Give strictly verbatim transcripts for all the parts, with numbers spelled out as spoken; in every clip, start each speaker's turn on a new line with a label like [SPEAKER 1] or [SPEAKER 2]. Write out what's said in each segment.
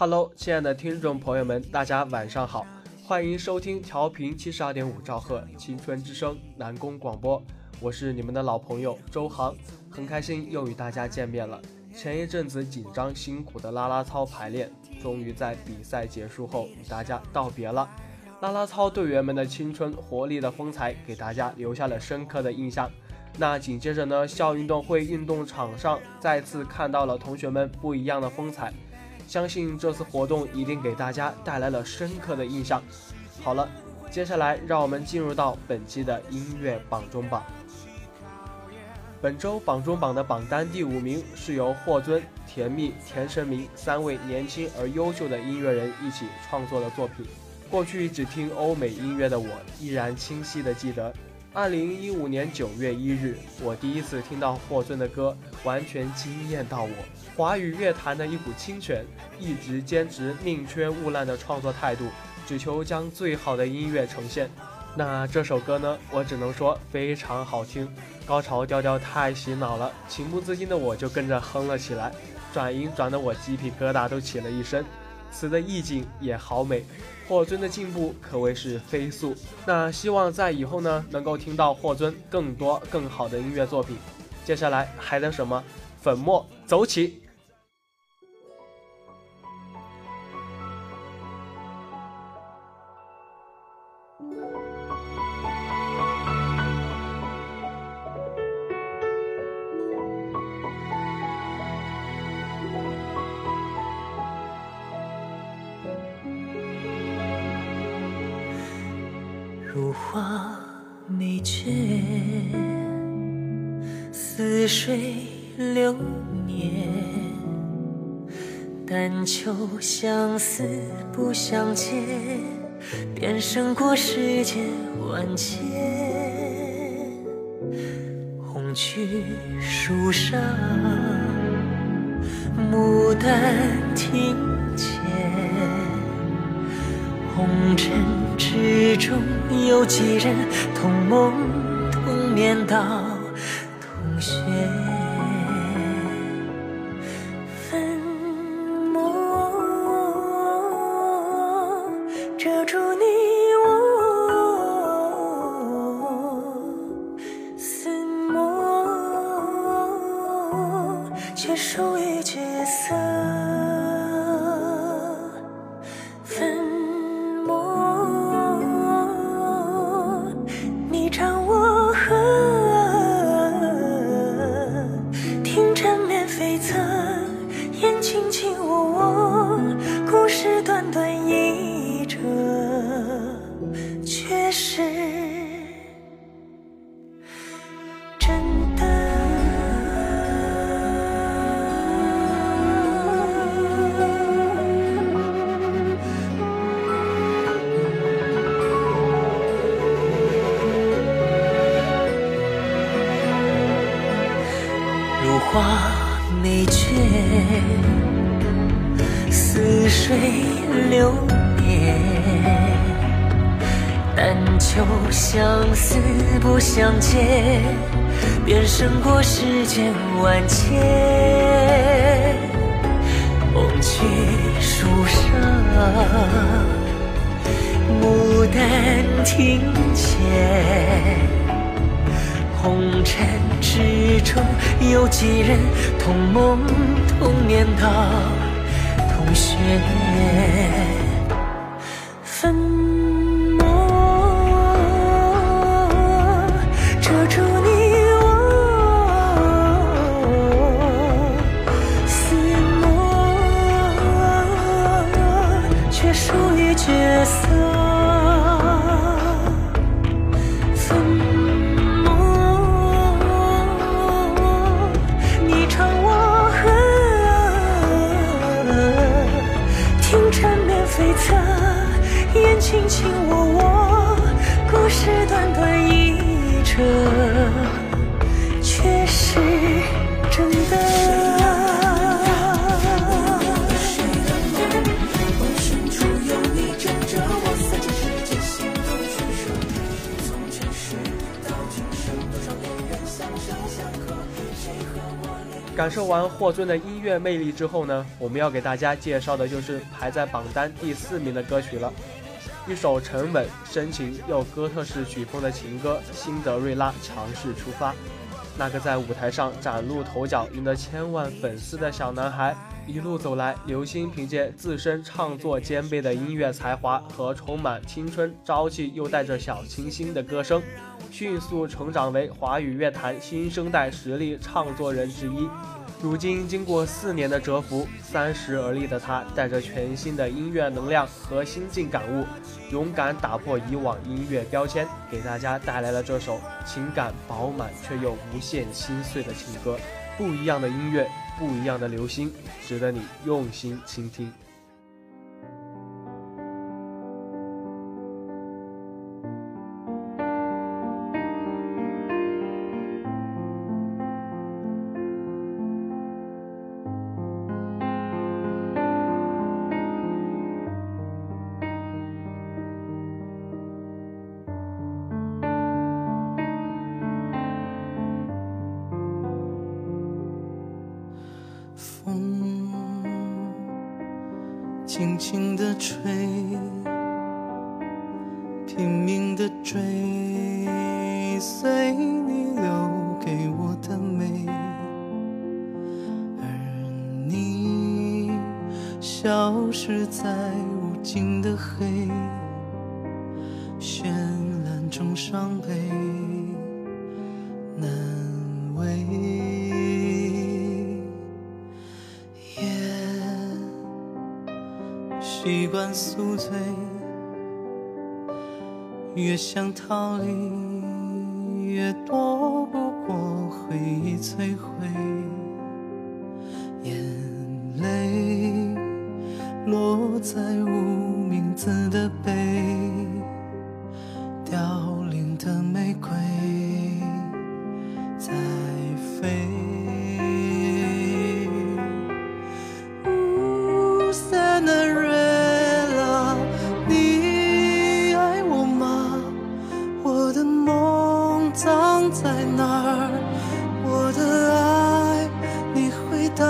[SPEAKER 1] Hello， 亲爱的听众朋友们，大家晚上好，欢迎收听调频七十二点五兆赫青春之声南宫广播，我是你们的老朋友周航，很开心又与大家见面了。前一阵子紧张辛苦的啦啦操排练，终于在比赛结束后与大家道别了。啦啦操队员们的青春活力的风采给大家留下了深刻的印象。那紧接着呢，校运动会运动场上再次看到了同学们不一样的风采，相信这次活动一定给大家带来了深刻的印象。好了，接下来让我们进入到本期的音乐榜中榜。本周榜中榜的榜单第五名是由霍尊、甜蜜、田神明三位年轻而优秀的音乐人一起创作的作品。过去只听欧美音乐的我，依然清晰地记得二零一五年九月一日，我第一次听到霍尊的歌，完全惊艳到我。华语乐坛的一股清泉，一直坚持宁缺毋滥的创作态度，只求将最好的音乐呈现。那这首歌呢，我只能说非常好听，高潮调调太洗脑了，情不自禁的我就跟着哼了起来，转音转得我鸡皮疙瘩都起了一身。词的意境也好美，霍尊的进步可谓是飞速。那希望在以后呢，能够听到霍尊更多更好的音乐作品。接下来还等什么？粉墨走起！
[SPEAKER 2] 如花美眷，似水流年，但求相思不相见，便胜过世间万千。红去树上，牡丹庭前，红尘之中有几人同梦同眠到同穴？粉墨遮住你我，似墨却属于角色。花美眷，似水流年，但求相思不相见，便胜过世间万千。红去树上，牡丹庭前，红尘之中有几人同梦同眠到同穴？粉墨遮住你我，似墨却属于角色。言情情我我，故事短短一折，却是真的。
[SPEAKER 1] 感受完霍尊的音乐魅力之后呢，我们要给大家介绍的就是排在榜单第四名的歌曲了。一首沉稳、深情又哥特式曲风的情歌《辛德瑞拉强势出发》。那个在舞台上崭露头角、赢得千万粉丝的小男孩，一路走来，刘星凭借自身唱作兼备的音乐才华和充满青春朝气又带着小清新的歌声，迅速成长为华语乐坛新生代实力唱作人之一。如今经过四年的蛰伏，三十而立的他带着全新的音乐能量和新晋感悟，勇敢打破以往音乐标签，给大家带来了这首情感饱满却又无限心碎的情歌。不一样的音乐，不一样的流星，值得你用心倾听。
[SPEAKER 3] 轻轻地吹，拼命地追随你留给我的美，而你消失在无尽的黑，绚烂中伤悲难为。习惯宿醉，越想逃离，越躲不过回忆摧毁。眼泪落在无名字的碑，凋零的玫瑰在飞。在哪儿？我的爱，你回答。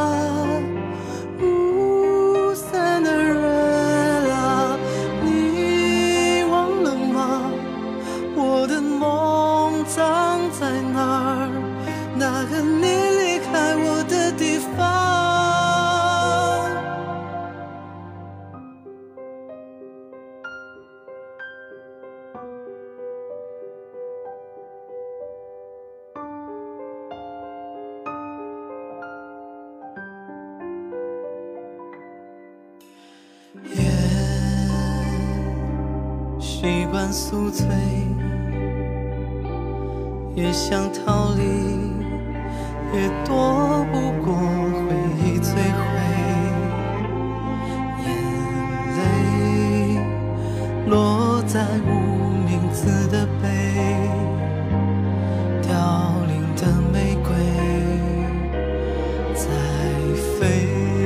[SPEAKER 3] 乌塞纳瑞拉，你忘了吗？我的梦藏在哪儿？那个你离开我的地方。习惯宿醉，越想逃离，越躲不过回忆摧毁。眼泪落在无名字的碑，凋零的玫瑰在飞。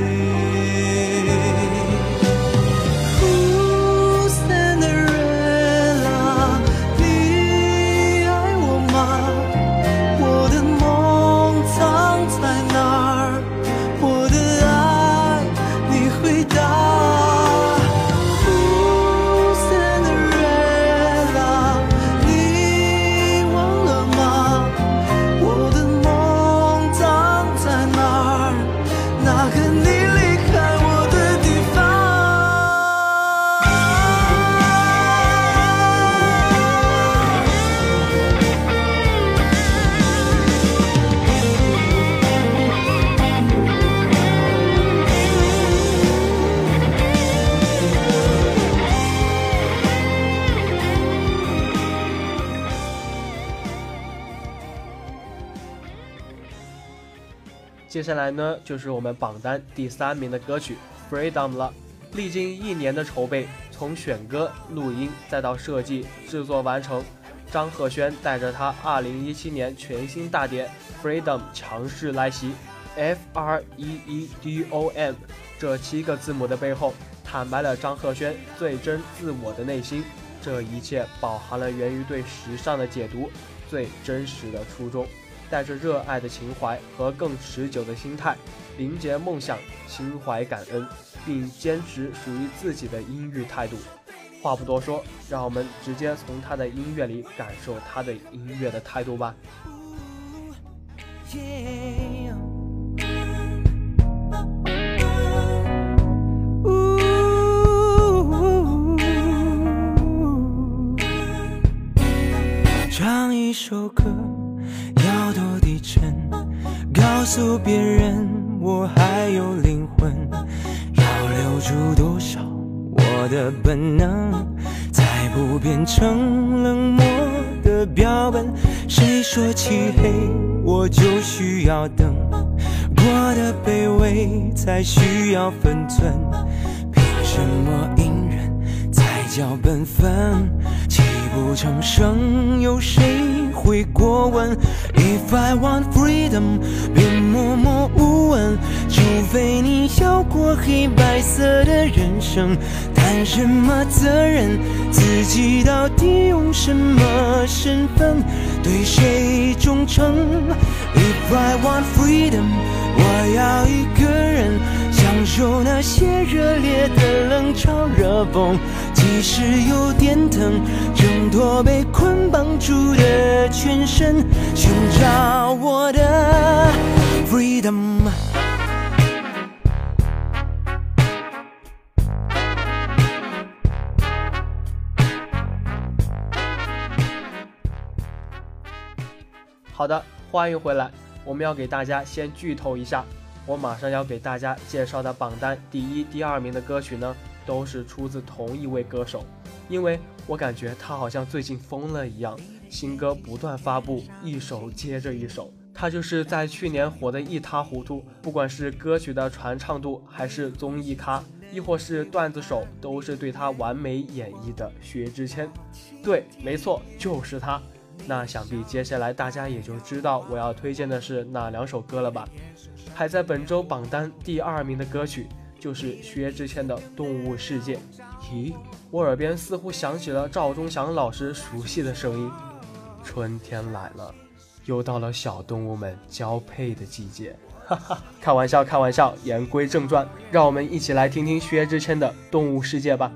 [SPEAKER 1] 接下来呢，就是我们榜单第三名的歌曲《Freedom》了。历经一年的筹备，从选歌、录音再到设计、制作完成，张赫宣带着他二零一七年全新大碟《Freedom》强势来袭。F R E E D O M 这七个字母的背后，坦白了张赫宣最真自我的内心。这一切饱含了源于对时尚的解读，最真实的初衷。 带着热爱的情怀和更持久的心态，凝结梦想，心怀感恩，并坚持属于自己的音乐态度。话不多说，让我们直接从他的音乐里感受他的音乐的态度吧。
[SPEAKER 2] 唱一首歌要多低沉，告诉别人我还有灵魂，要留住多少我的本能，才不变成冷漠的标本。谁说漆黑我就需要灯，过得卑微才需要分寸，凭什么隐忍才叫本分？泣不成声，有谁会过问？ If I want freedom， 别默默无闻，除非你要过黑白色的人生，谈什么责任？自己到底用什么身份对谁忠诚 ？If I want freedom， 我要一个人享受那些热烈的冷嘲热讽，即使有点疼，挣脱被捆绑住的全身，寻找我的 freedom。
[SPEAKER 1] 好的，欢迎回来。我们要给大家先剧透一下，我马上要给大家介绍的榜单第一、第二名的歌曲呢，都是出自同一位歌手。因为我感觉他好像最近疯了一样，新歌不断发布，一首接着一首。他就是在去年火得一塌糊涂，不管是歌曲的传唱度，还是综艺咖，亦或是段子手，都是对他完美演绎的薛之谦。对，没错，就是他。那想必接下来大家也就知道我要推荐的是哪两首歌了吧？排在本周榜单第二名的歌曲就是薛之谦的《动物世界》。咦，我耳边似乎响起了赵忠祥老师熟悉的声音。春天来了，又到了小动物们交配的季节。哈哈，开玩笑，开玩笑。言归正传，让我们一起来听听薛之谦的《动物世界》吧。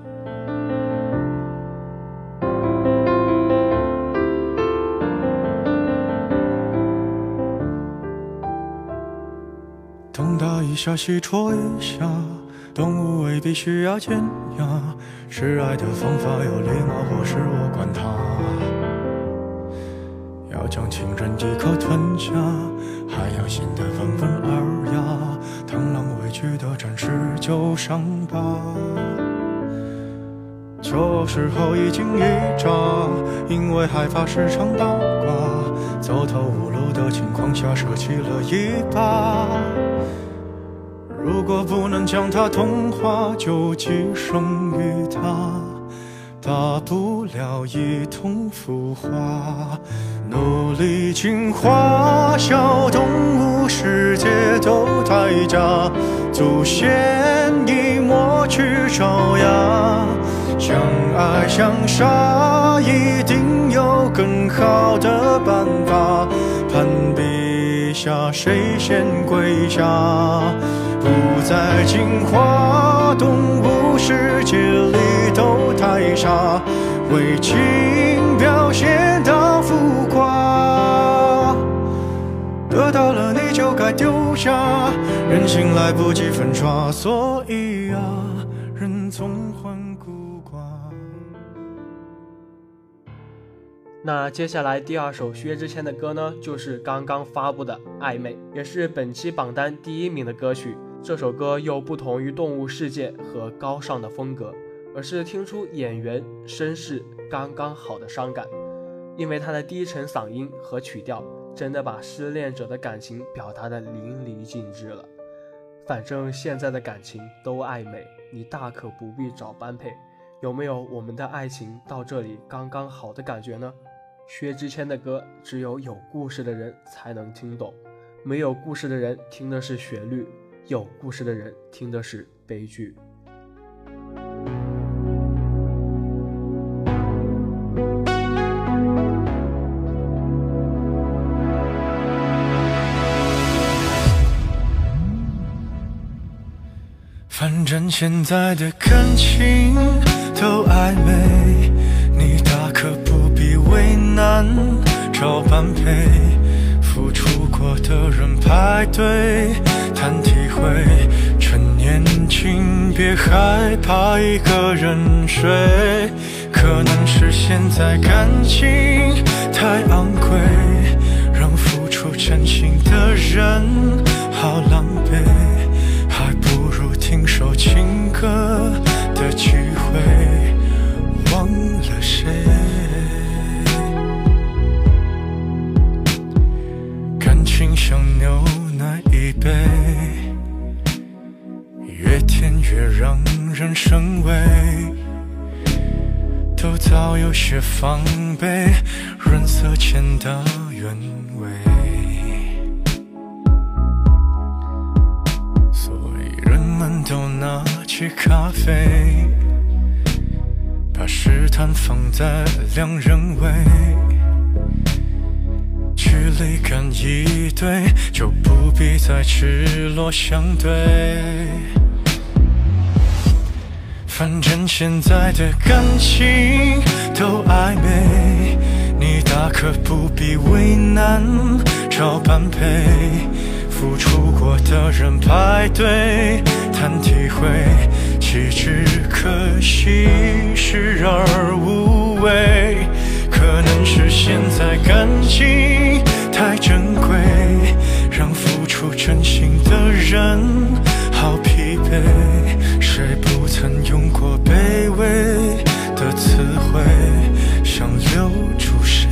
[SPEAKER 3] 东打一下西戳一下，动物未必需要尖牙，示爱的方法有礼貌或是我管它，要将情人一口吞下，还要显得温文尔雅，螳螂委屈的展示旧伤疤，这时候一惊一乍，因为害怕时常八卦，走投无路的情况下舍弃了一把，如果不能将它同化，就寄生于它，大不了一同腐化，努力进化，小动物世界都太假，祖先已抹去爪牙，相爱相杀一定有更好的办法，攀比下谁先跪下，不再进化，动物世界里都太傻，为情表现到浮夸，得到了你就该丢下，人心来不及粉刷，所以啊，人总患孤寡。
[SPEAKER 1] 那接下来第二首薛之谦的歌呢，就是刚刚发布的《暧昧》，也是本期榜单第一名的歌曲。这首歌又不同于动物世界和高尚的风格，而是听出演员绅士刚刚好的伤感，因为他的低沉嗓音和曲调真的把失恋者的感情表达得淋漓尽致了。反正现在的感情都暧昧，你大可不必找般配，有没有我们的爱情到这里刚刚好的感觉呢？薛之谦的歌只有有故事的人才能听懂，没有故事的人听的是旋律，有故事的人听的是悲剧。
[SPEAKER 2] 反正现在的感情都暧昧，你大可不必为难，找般配，付出过的人排队谈体会，趁年轻别害怕一个人睡，可能是现在感情太昂贵，让付出真心的人好狼狈，还不如听首情歌的机会，忘了谁。感情像牛奶一杯，越甜越让人生畏，都早有些防备，润色前的原味。所以人们都拿起咖啡，把试探放在两人位，距离感一对，就不必再赤裸相对。反正现在的感情都暧昧，你大可不必为难，找般配，付出过的人排队谈体会，岂止可惜视而无味，可能是现在感情太珍贵，让付出真心的人好疲惫，谁不曾用过卑微的词汇，想留住谁。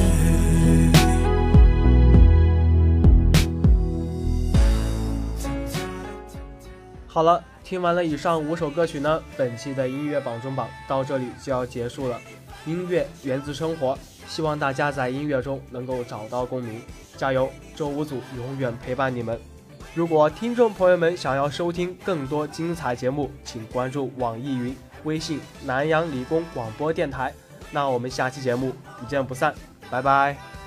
[SPEAKER 1] 好了，听完了以上五首歌曲呢，本期的音乐榜中榜到这里就要结束了。音乐源自生活，希望大家在音乐中能够找到共鸣，加油！周五组永远陪伴你们。如果听众朋友们想要收听更多精彩节目，请关注网易云、微信南洋理工广播电台。那我们下期节目不见不散，拜拜。